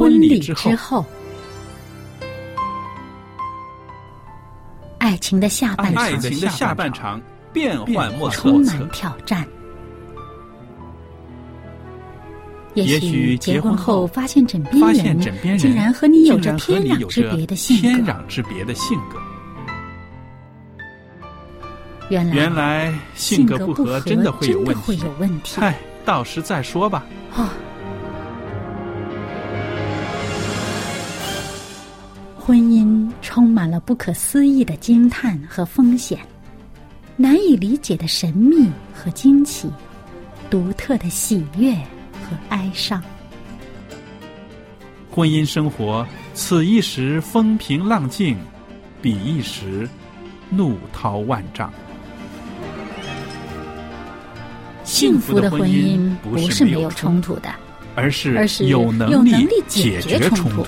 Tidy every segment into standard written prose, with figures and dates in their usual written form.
婚礼之后，爱情的下半场变幻莫测， 充满挑战。也许结婚后发现枕边人竟然和你有着天壤之别的性格。 原来性格不合真的会有问题。嗨，到时再说吧。 婚姻充满了不可思议的惊叹和风险，难以理解的神秘和惊奇，独特的喜悦和哀伤。 婚姻生活，此一时风平浪静，彼一时怒涛万丈。 幸福的婚姻不是没有冲突的， 而是有能力解决冲突。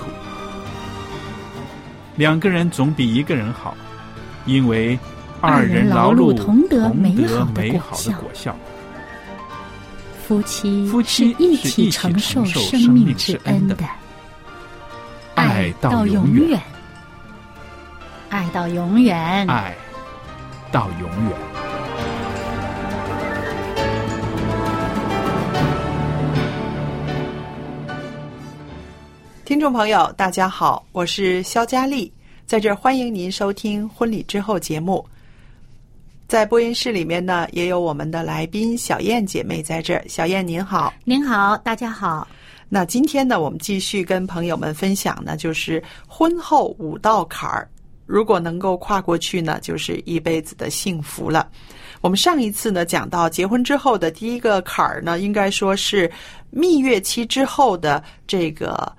两个人总比一个人好，因为二人劳碌同得美好的果效。 夫妻是一起承受生命之恩的，爱到永远，爱到永远， 爱到永远。 听众朋友大家好，我是肖佳丽，在这儿欢迎您收听婚礼之后节目。在播音室里面呢，也有我们的来宾小燕姐妹在这儿。小燕您好。 您好，大家好。 那今天呢，我们继续跟朋友们分享呢，就是婚后5道坎儿，如果能够跨过去呢，就是一辈子的幸福了。我们上一次呢讲到结婚之后的第一个坎儿呢，应该说是蜜月期之后的这个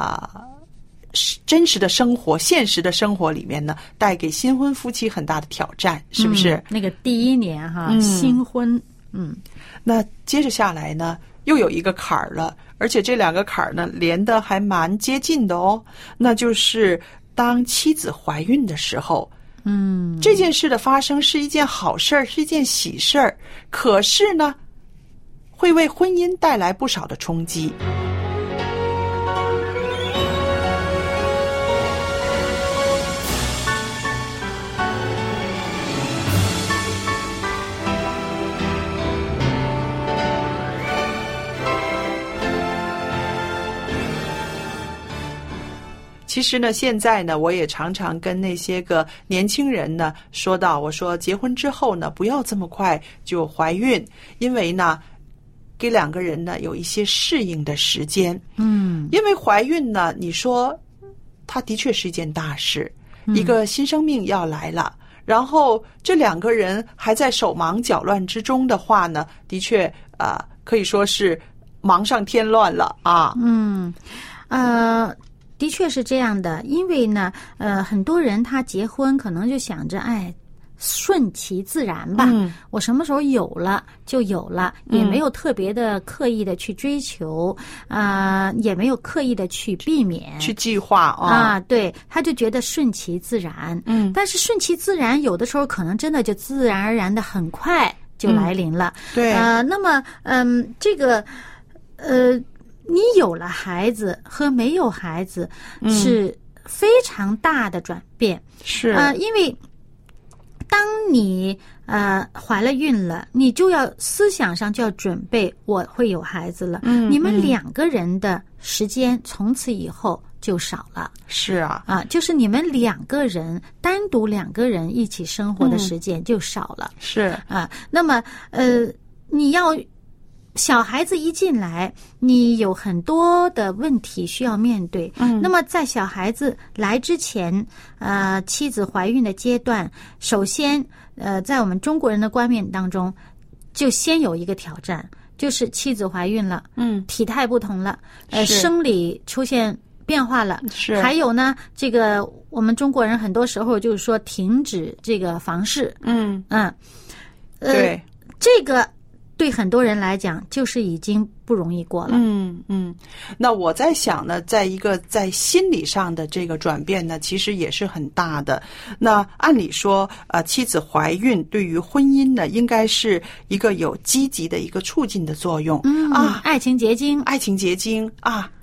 真实的生活、现实的生活里面呢，带给新婚夫妻很大的挑战，是不是？ 那个第一年新婚， 那接着下来呢，又有一个坎儿了，而且这2个坎儿呢，连得还蛮接近的哦。那就是当妻子怀孕的时候，这件事的发生是一件好事儿，是一件喜事儿，可是呢，会为婚姻带来不少的冲击。其实呢，现在呢，我也常常跟那些个年轻人呢说到，我说结婚之后呢，不要这么快就怀孕，因为呢，给2个人呢有一些适应的时间。因为怀孕呢，你说它的确是一件大事，一个新生命要来了，然后这2个人还在手忙脚乱之中的话呢，的确可以说是忙上添乱了啊。 的确是这样的，因为呢，很多人他结婚可能就想着，顺其自然吧，我什么时候有了就有了，也没有特别的刻意的去追求，也没有刻意的去避免、 去计划对，他就觉得顺其自然。但是顺其自然有的时候可能真的就自然而然的很快就来临了。 对， 那么这个你有了孩子和没有孩子是非常大的转变。 是因为当你怀了孕了，你就要思想上就要准备我会有孩子了。你们2个人的时间从此以后就少了。 是啊， 就是你们2个人单独2个人一起生活的时间就少了。 是那么你要小孩子一进来，你有很多的问题需要面对。那么在小孩子来之前，妻子怀孕的阶段，首先，在我们中国人的观念当中，就先有一个挑战，就是妻子怀孕了，体态不同了，生理出现变化了， 是。还有呢，这个我们中国人很多时候就是说停止这个房事。 对， 这个对很多人来讲就是已经不容易过了。 那我在想呢，在心理上的这个转变呢，其实也是很大的。那按理说妻子怀孕对于婚姻呢，应该是一个有积极的一个促进的作用。 爱情结晶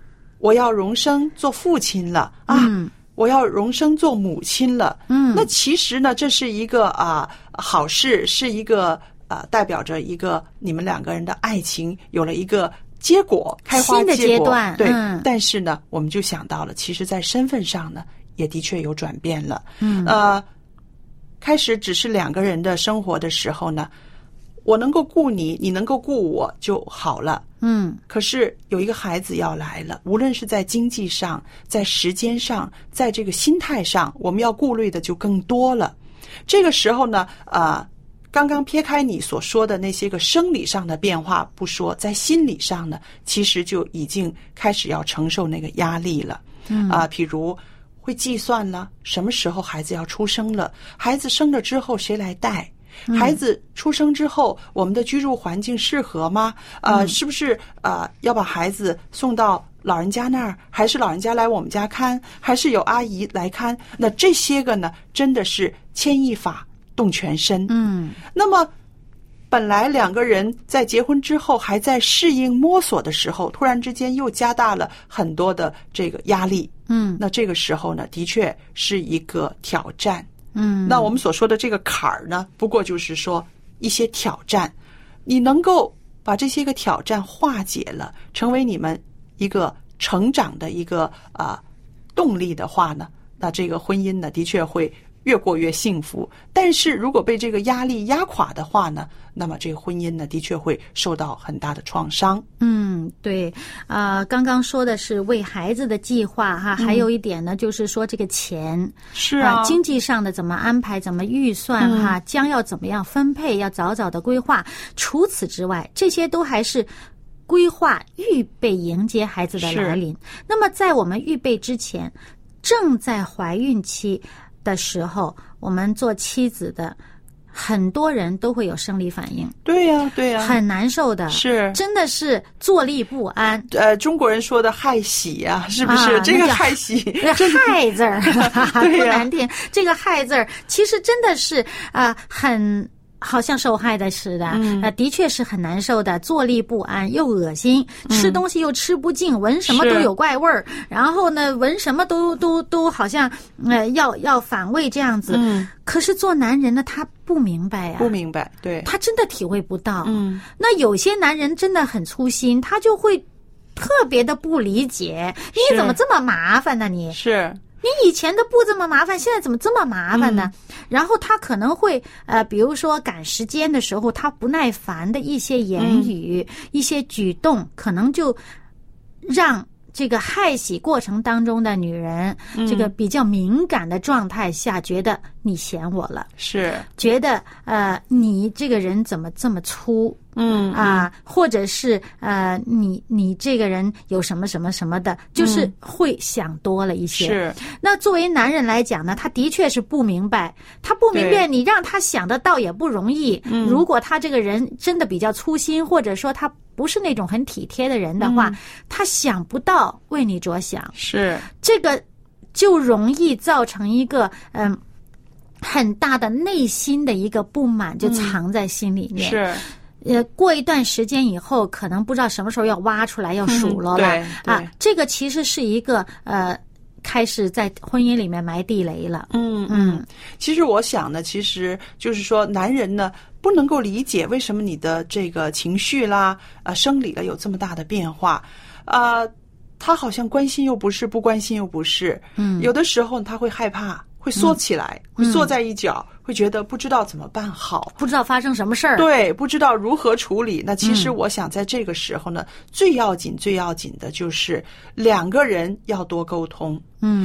我要荣升做父亲了啊，我要荣升做母亲了。那其实呢，这是一个好事，是一个代表着一个你们两个人的爱情有了一个结果，开花新的结果。 阶段。 对，但是呢，我们就想到了，其实在身份上呢，也的确有转变了。开始只是两个人的生活的时候呢，我能够顾你，你能够顾我就好了。可是有一个孩子要来了，无论是在经济上，在时间上，在这个心态上，我们要顾虑的就更多了。这个时候呢，刚刚撇开你所说的那些个生理上的变化不说，在心理上呢，其实就已经开始要承受那个压力了。譬如会计算了什么时候孩子要出生了，孩子生了之后谁来带，孩子出生之后我们的居住环境适合吗？是不是要把孩子送到老人家那儿，还是老人家来我们家看，还是有阿姨来看？那这些个呢，真的是牵一发动全身。那么本来两个人在结婚之后还在适应摸索的时候，突然之间又加大了很多的这个压力。那这个时候呢，的确是一个挑战。那我们所说的这个坎儿呢，不过就是说一些挑战，你能够把这些个挑战化解了，成为你们一个成长的一个动力的话呢，那这个婚姻呢，的确会越过越幸福。但是如果被这个压力压垮的话呢，那么这个婚姻呢，的确会受到很大的创伤。 对，刚刚说的是为孩子的计划哈，还有一点呢，就是说这个钱是经济上的怎么安排，怎么预算哈，将要怎么样分配，要早早的规划。除此之外，这些都还是规划预备迎接孩子的来临。那么在我们预备之前，正在怀孕期的时候，我们做妻子的很多人都会有生理反应。 对呀， 很难受的， 是真的是坐立不安。 中国人说的害喜啊，是不是？这个害喜， 害字儿多难听。这个害字儿其实真的是很好像受害的似的，的确是很难受的，坐立不安又恶心，吃东西又吃不进，闻什么都有怪味儿，然后呢，闻什么都好像要反胃这样子。可是做男人呢，他不明白呀， 不明白，对， 他真的体会不到。那有些男人真的很粗心，他就会特别的不理解，你怎么这么麻烦呢？你以前都不这么麻烦，现在怎么这么麻烦呢？然后他可能会比如说赶时间的时候，他不耐烦的一些言语、一些举动，可能就让这个害喜过程当中的女人，这个比较敏感的状态下，觉得你嫌我了， 是觉得你这个人怎么这么粗，或者是你这个人有什么什么什么的，就是会想多了一些。 是。 那作为男人来讲呢，他的确是不明白，你让他想得到也不容易。如果他这个人真的比较粗心，或者说他不是那种很体贴的人的话，他想不到为你着想， 是这个就容易造成一个很大的内心的一个不满，就藏在心里面。 是。 过一段时间以后，可能不知道什么时候要挖出来，要数落了。这个其实是一个开始在婚姻里面埋地雷了。 其实我想呢，其实就是说，男人呢不能够理解为什么你的这个情绪啦、生理了有这么大的变化，他好像关心又不是，不关心又不是。有的时候他会害怕。会缩起来，会缩在一角，会觉得不知道怎么办好， 不知道发生什么事儿， 对，不知道如何处理。那其实我想在这个时候呢，最要紧的就是两个人要多沟通。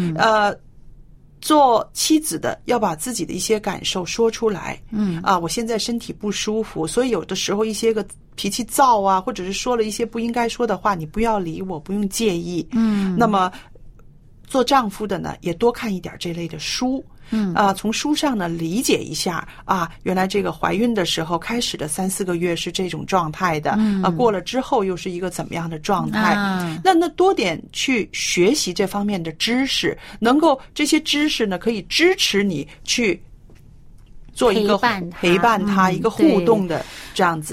做妻子的要把自己的一些感受说出来。我现在身体不舒服，所以有的时候一些个脾气躁啊，或者是说了一些不应该说的话，你不要理我，不用介意。那么做丈夫的呢，也多看一点这类的书。从书上呢理解一下原来这个怀孕的时候开始的3-4个月是这种状态的，过了之后又是一个怎么样的状态。那多点去学习这方面的知识，能够这些知识呢可以支持你去做一个陪伴他一个互动的这样子。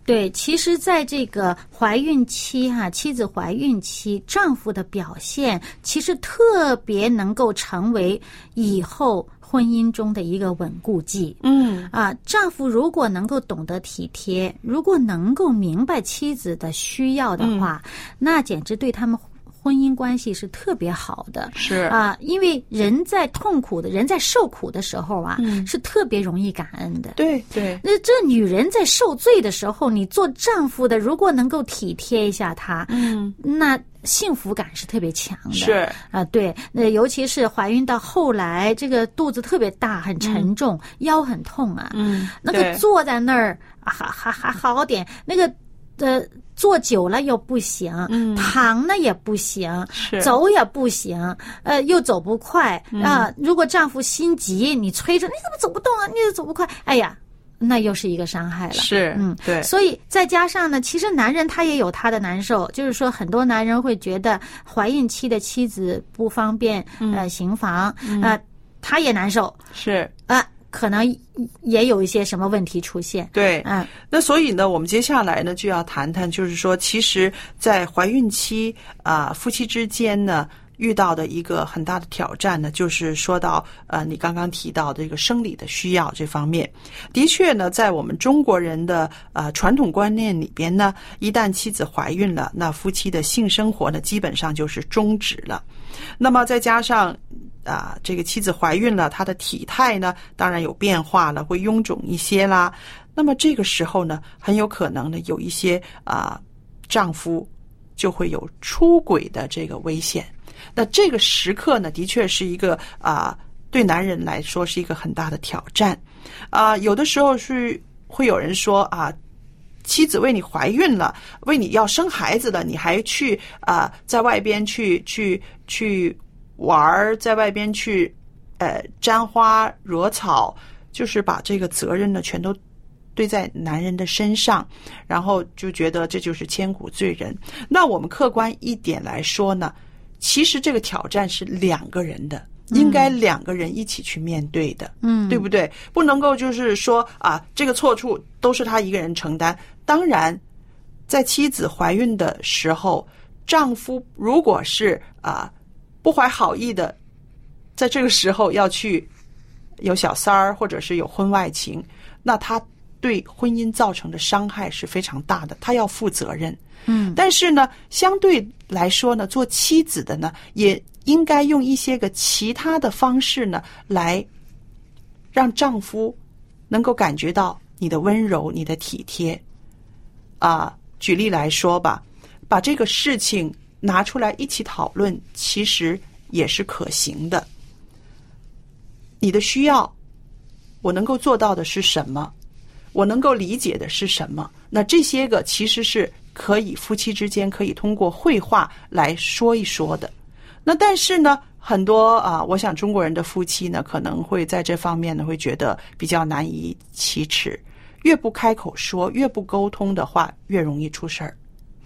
对，其实在这个怀孕期妻子怀孕期，丈夫的表现其实特别能够成为以后婚姻中的一个稳固剂。丈夫如果能够懂得体贴，如果能够明白妻子的需要的话，那简直对他们婚姻关系是特别好的。 是因为人在痛苦的人在受苦的时候是特别容易感恩的。 对对， 那这女人在受罪的时候，你做丈夫的如果能够体贴一下她，那幸福感是特别强的。 是对，尤其是怀孕到后来，这个肚子特别大，很沉重，腰很痛那个坐在那儿还好点，那个坐久了又不行，躺呢也不行，走也不行，又走不快如果丈夫心急，你催着你怎么走不动啊，你怎么走不快？哎呀，那又是一个伤害了。 是对。 所以再加上呢，其实男人他也有他的难受，就是说很多男人会觉得怀孕期的妻子不方便行房他也难受。 是可能也有一些什么问题出现。 对，那所以呢，我们接下来呢就要谈谈，就是说，其实，在怀孕期夫妻之间呢遇到的一个很大的挑战呢，就是说到你刚刚提到的这个生理的需要这方面。的确呢，在我们中国人的传统观念里边呢，一旦妻子怀孕了，那夫妻的性生活呢基本上就是终止了。那么再加上这个妻子怀孕了，她的体态呢当然有变化了，会臃肿一些啦。那么这个时候呢，很有可能呢有一些丈夫就会有出轨的这个危险。那这个时刻呢，的确是一个对男人来说是一个很大的挑战。有的时候是会有人说妻子为你怀孕了，为你要生孩子了，你还去在外边去玩，在外边去沾花惹草，就是把这个责任呢全都堆在男人的身上，然后就觉得这就是千古罪人。那我们客观一点来说呢，其实这个挑战是两个人的，应该两个人一起去面对的，对不对？不能够就是说这个错处都是他一个人承担。当然，在妻子怀孕的时候，丈夫如果是不怀好意的，在这个时候要去有小三儿或者是有婚外情，那他对婚姻造成的伤害是非常大的，他要负责任。但是呢，相对来说呢，做妻子的呢，也应该用一些个其他的方式呢，来让丈夫能够感觉到你的温柔、你的体贴。举例来说吧，把这个事情拿出来一起讨论，其实也是可行的。你的需要，我能够做到的是什么？我能够理解的是什么？那这些个其实是可以夫妻之间可以通过绘画来说一说的。那但是呢，很多我想中国人的夫妻呢，可能会在这方面呢会觉得比较难以启齿。越不开口说，越不沟通的话，越容易出事儿。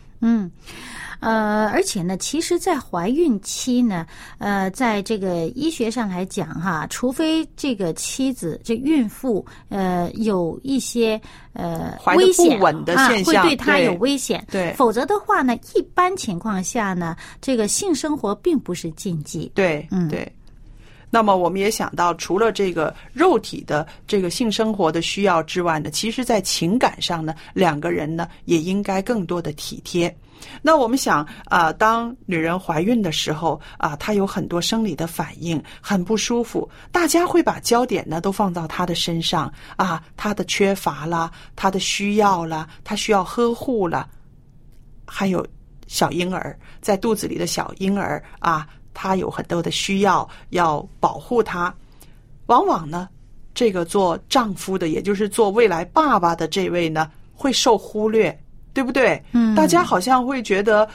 而且呢，其实在怀孕期呢，在这个医学上来讲除非这个妻子这孕妇有一些危险不稳的现象， 会对她有危险， 对， 否则的话呢，一般情况下呢，这个性生活并不是禁忌。 对，对。那么我们也想到，除了这个肉体的这个性生活的需要之外呢，其实在情感上呢，两个人呢也应该更多的体贴。那我们想当女人怀孕的时候她有很多生理的反应，很不舒服，大家会把焦点呢都放到她的身上她的缺乏啦，她的需要啦，她需要呵护啦，还有小婴儿在肚子里的小婴儿他有很多的需要，要保护他。往往呢，这个做丈夫的，也就是做未来爸爸的这位呢，会受忽略，对不对？大家好像会觉得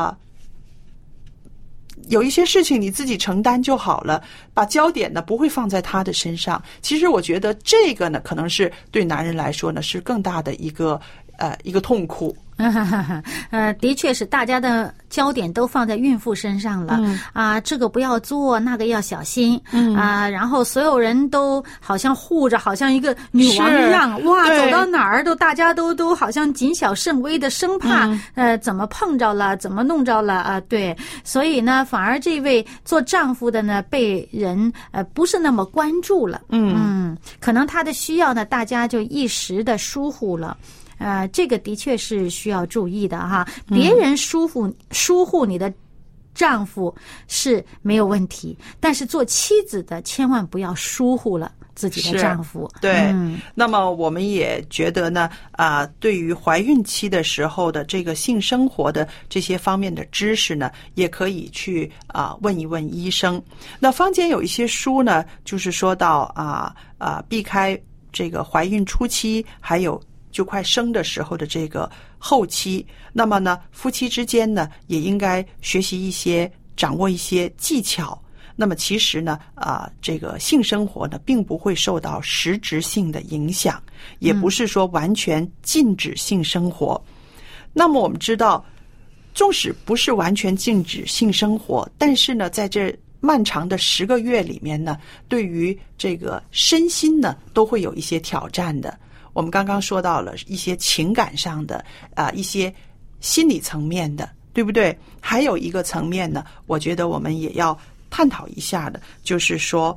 有一些事情你自己承担就好了，把焦点呢不会放在他的身上。其实我觉得这个呢，可能是对男人来说呢，是更大的一个痛苦的确是大家的焦点都放在孕妇身上了。这个不要做，那个要小心。然后所有人都好像护着，好像一个女王一样，哇，走到哪儿都大家都好像谨小慎微的，生怕怎么碰着了，怎么弄着了啊？对，所以呢，反而这位做丈夫的呢，被人不是那么关注了。可能他的需要呢，大家就一时的疏忽了。这个的确是需要注意的哈。别人疏忽你的丈夫是没有问题，但是做妻子的千万不要疏忽了自己的丈夫。 对，那么我们也觉得呢，对于怀孕期的时候的这个性生活的这些方面的知识呢，也可以去问一问医生。那坊间有一些书呢，就是说到避开这个怀孕初期，还有就快生的时候的这个后期，那么呢，夫妻之间呢，也应该学习掌握一些技巧。那么其实呢，这个性生活呢，并不会受到实质性的影响，也不是说完全禁止性生活。那么我们知道，纵使不是完全禁止性生活，但是呢，在这漫长的10个月里面呢，对于这个身心呢，都会有一些挑战的。我们刚刚说到了一些情感上的一些心理层面的，对不对？还有一个层面呢，我觉得我们也要探讨一下的，就是说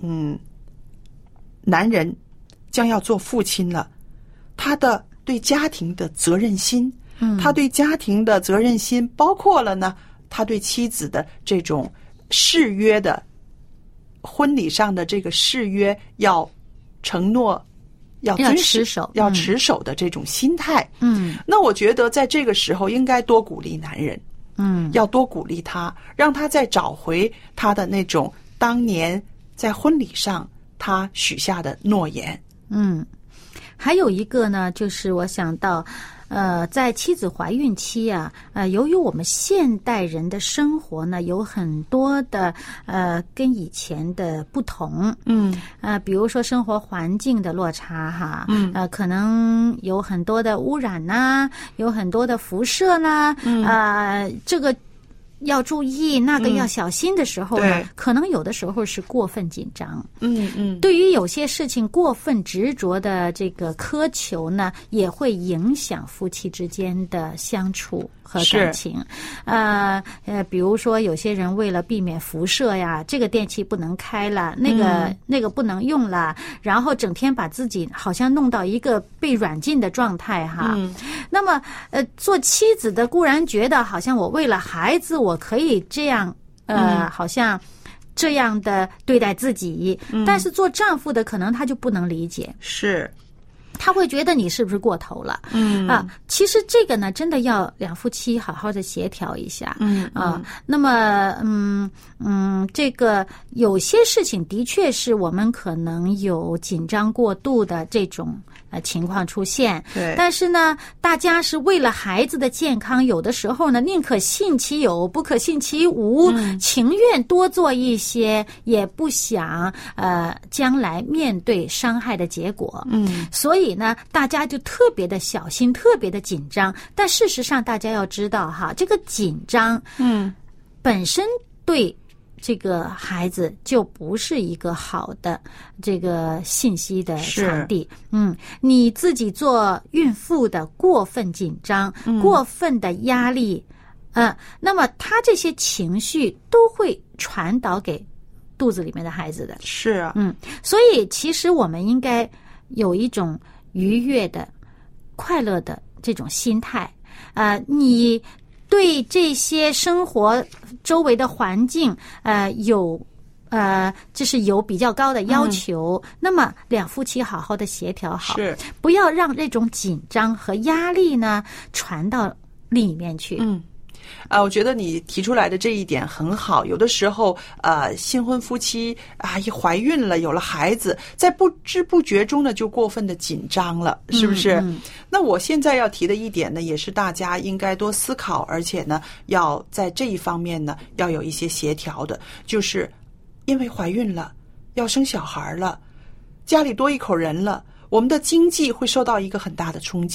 男人将要做父亲了，他的对家庭的责任心，他对家庭的责任心包括了呢，他对妻子的这种誓约的婚礼上的这个誓约要承诺要持守， 要持守的这种心态。那我觉得在这个时候应该多鼓励男人，要多鼓励他，让他再找回他的那种当年在婚礼上他许下的诺言。 还有一个呢，就是我想到在妻子怀孕期由于我们现代人的生活呢，有很多的跟以前的不同，比如说生活环境的落差哈，可能有很多的污染呐，有很多的辐射啦，这个要注意，那个要小心的时候呢，可能有的时候是过分紧张。对于有些事情过分执着的这个苛求呢，也会影响夫妻之间的相处和感情。比如说有些人为了避免辐射呀，这个电器不能开了，那个不能用了，然后整天把自己好像弄到一个被软禁的状态哈。那么做妻子的固然觉得好像我为了孩子我可以这样好像这样的对待自己，但是做丈夫的可能他就不能理解， 是他会觉得你是不是过头了？其实这个呢，真的要两夫妻好好的协调一下。那么这个有些事情的确是我们可能有紧张过度的这种情况出现。 对， 但是呢，大家是为了孩子的健康，有的时候呢，宁可信其有，不可信其无，情愿多做一些，也不想将来面对伤害的结果。所以呢，大家就特别的小心，特别的紧张。但事实上，大家要知道哈，这个紧张，本身对这个孩子就不是一个好的这个信息的传递。你自己做孕妇的过分紧张，过分的压力，那么他这些情绪都会传导给肚子里面的孩子的。 是啊， 所以其实我们应该有一种愉悦的、快乐的这种心态。你对这些生活周围的环境就是有比较高的要求，那么两夫妻好好的协调好，不要让这种紧张和压力呢传到另一面去。 我觉得你提出来的这一点很好。有的时候新婚夫妻一怀孕了，有了孩子，在不知不觉中呢就过分的紧张了，是不是？那我现在要提的一点呢，也是大家应该多思考，而且呢要在这一方面呢要有一些协调的，就是因为怀孕了，要生小孩了，家里多一口人了，我们的经济会受到一个很大的冲击。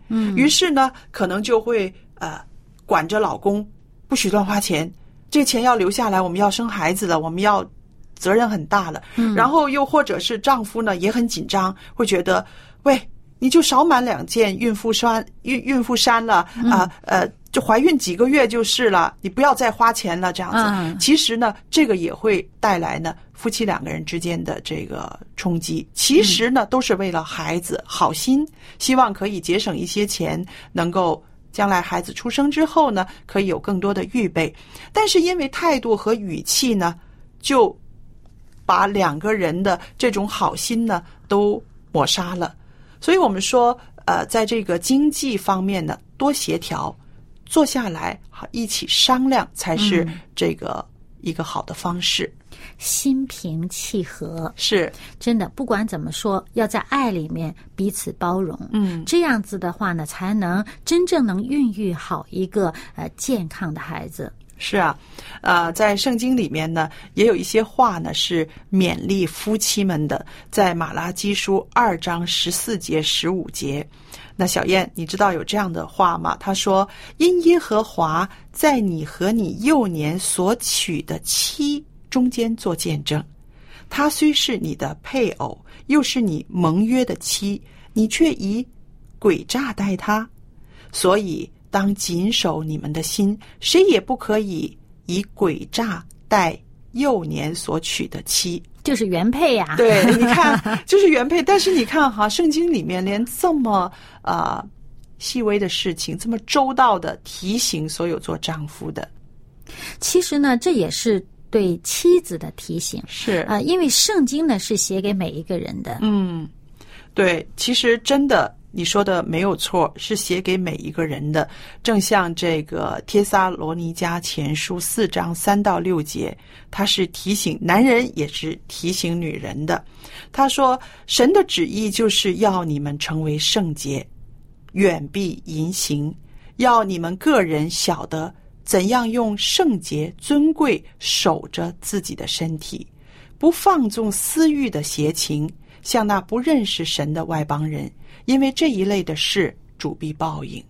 于是呢，可能就会管着老公不许乱花钱，这钱要留下来，我们要生孩子了，我们要责任很大了。然后又或者是丈夫呢也很紧张，会觉得喂，你就少买2件孕妇衫了就怀孕几个月就是了，你不要再花钱了这样子。其实呢，这个也会带来呢夫妻2个人之间的这个冲击。其实呢，都是为了孩子，好心，希望可以节省一些钱，能够将来孩子出生之后呢，可以有更多的预备。但是因为态度和语气呢，就把2个人的这种好心呢都抹杀了。所以我们说在这个经济方面呢，多协调，坐下来一起商量才是这个一个好的方式。 心平气和， 是真的，不管怎么说，要在爱里面彼此包容。这样子的话呢，才能真正能孕育好一个健康的孩子。 是啊，在圣经里面呢，也有一些话呢是勉励夫妻们的，在马拉基书2章14节、15节。那小燕，你知道有这样的话吗？他说：“因耶和华在你和你幼年所娶的妻中间做见证，他虽是你的配偶，又是你盟约的妻，你却以诡诈待他，所以当谨守你们的心，谁也不可以以诡诈待幼年所娶的妻。” 就是原配呀。 对，你看，就是原配。但是你看哈，圣经里面连这么细微的事情，这么周到的提醒所有做丈夫的。 其实呢，这也是对妻子的提醒。 是因为圣经呢是写给每一个人的。 对，其实真的你说的没有错，是写给每一个人的。正像这个帖撒罗尼迦前书4章3到6节，他是提醒男人，也是提醒女人的。他说，神的旨意就是要你们成为圣洁，远避淫行，要你们个人晓得怎样用圣洁尊贵守着自己的身体，不放纵私欲的邪情，像那不认识神的外邦人，因为这一类的事主必报应。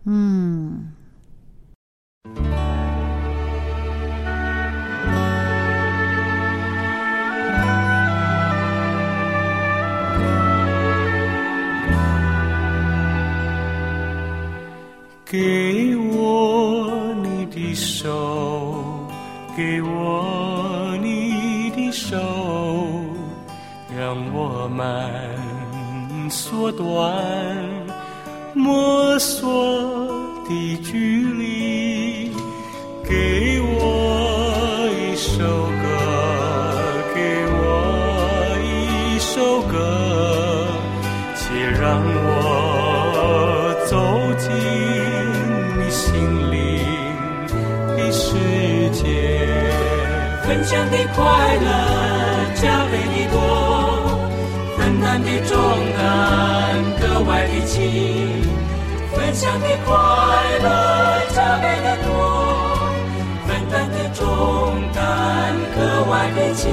给我你的手，给我你的手，让我们缩短摸索的距离。给我一首歌，给我一首歌，且让我走进你心灵的世界。分享的快乐加倍的多，分担的重担格外的轻。分享的快乐加倍的多，分担的重担格外的轻。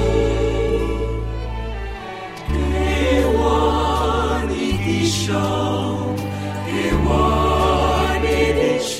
给我你的手，给我你的手，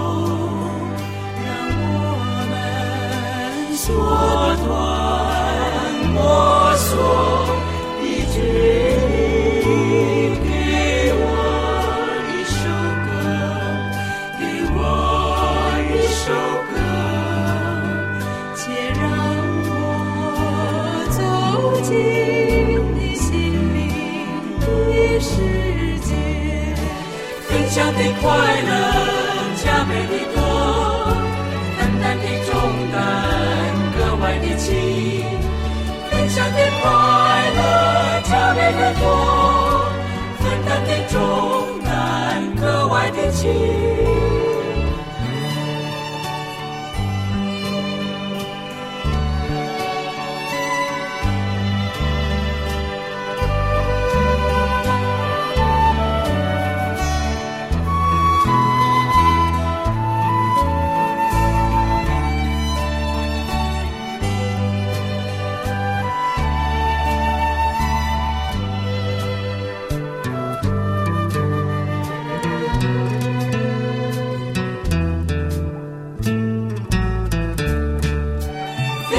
让我们缩短摸索的距离。给我一首歌，给我一首歌，且让我走进你心灵的世界。分享的快乐加倍的多，分担的重担格外的轻。分享的快乐加倍的多，分担的重担格外的轻。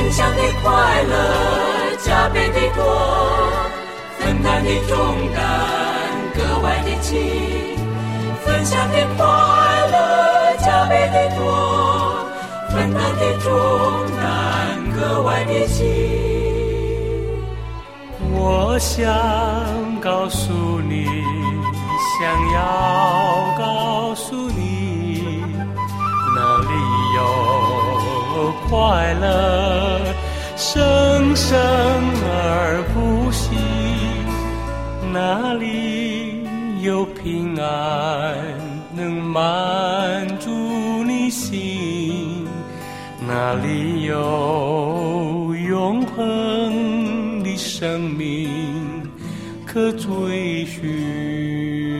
分享的快乐加倍的多，分担的重担格外的轻，分享的快乐加倍的多，分担的重担格外的轻。我想告诉你，想要告诉你，哪里有快乐生生而不息，哪里有平安能满足你心，哪里有永恒的生命可追寻。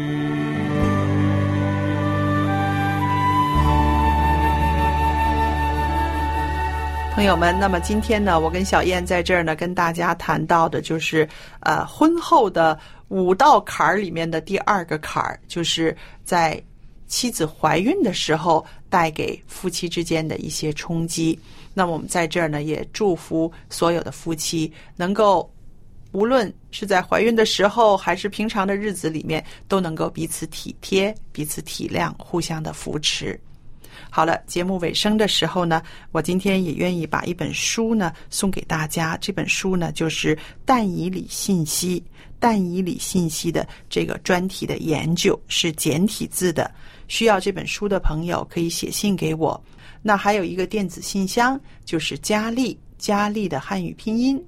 朋友们，那么今天呢，我跟小燕在这儿呢，跟大家谈到的就是婚后的5道坎儿里面的第2个坎儿，就是在妻子怀孕的时候带给夫妻之间的一些冲击。那么我们在这儿呢，也祝福所有的夫妻能够无论是在怀孕的时候还是平常的日子里面，都能够彼此体贴，彼此体谅，互相的扶持。好了，节目尾声的时候呢，我今天也愿意把一本书呢送给大家。这本书呢就是但以理信息，但以理信息的这个专题的研究是简体字的，需要这本书的朋友可以写信给我。那还有一个电子信箱，就是佳丽的汉语拼音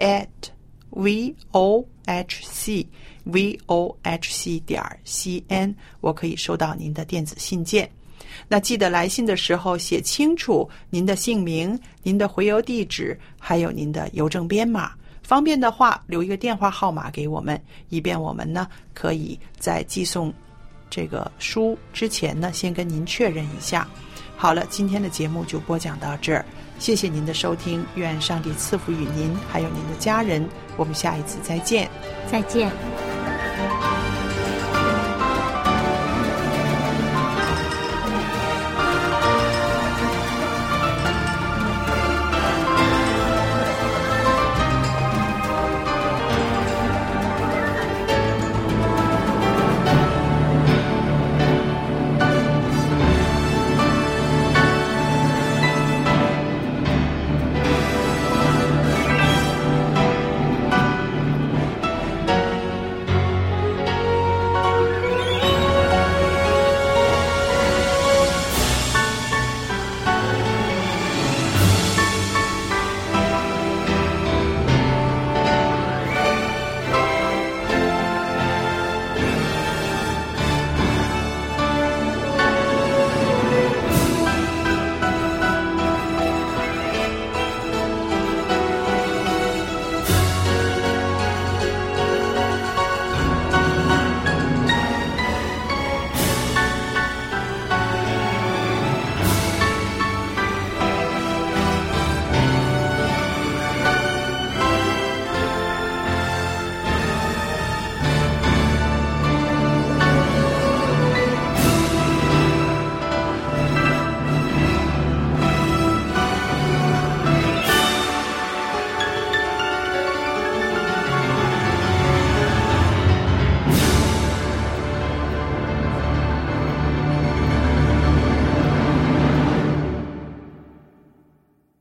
@vohc.cn， 我可以收到您的电子信件。那记得来信的时候写清楚您的姓名、您的回邮地址，还有您的邮政编码。方便的话，留一个电话号码给我们，以便我们呢可以在寄送这个书之前呢，先跟您确认一下。好了，今天的节目就播讲到这儿，谢谢您的收听，愿上帝赐福与您还有您的家人，我们下一次再见。 再见。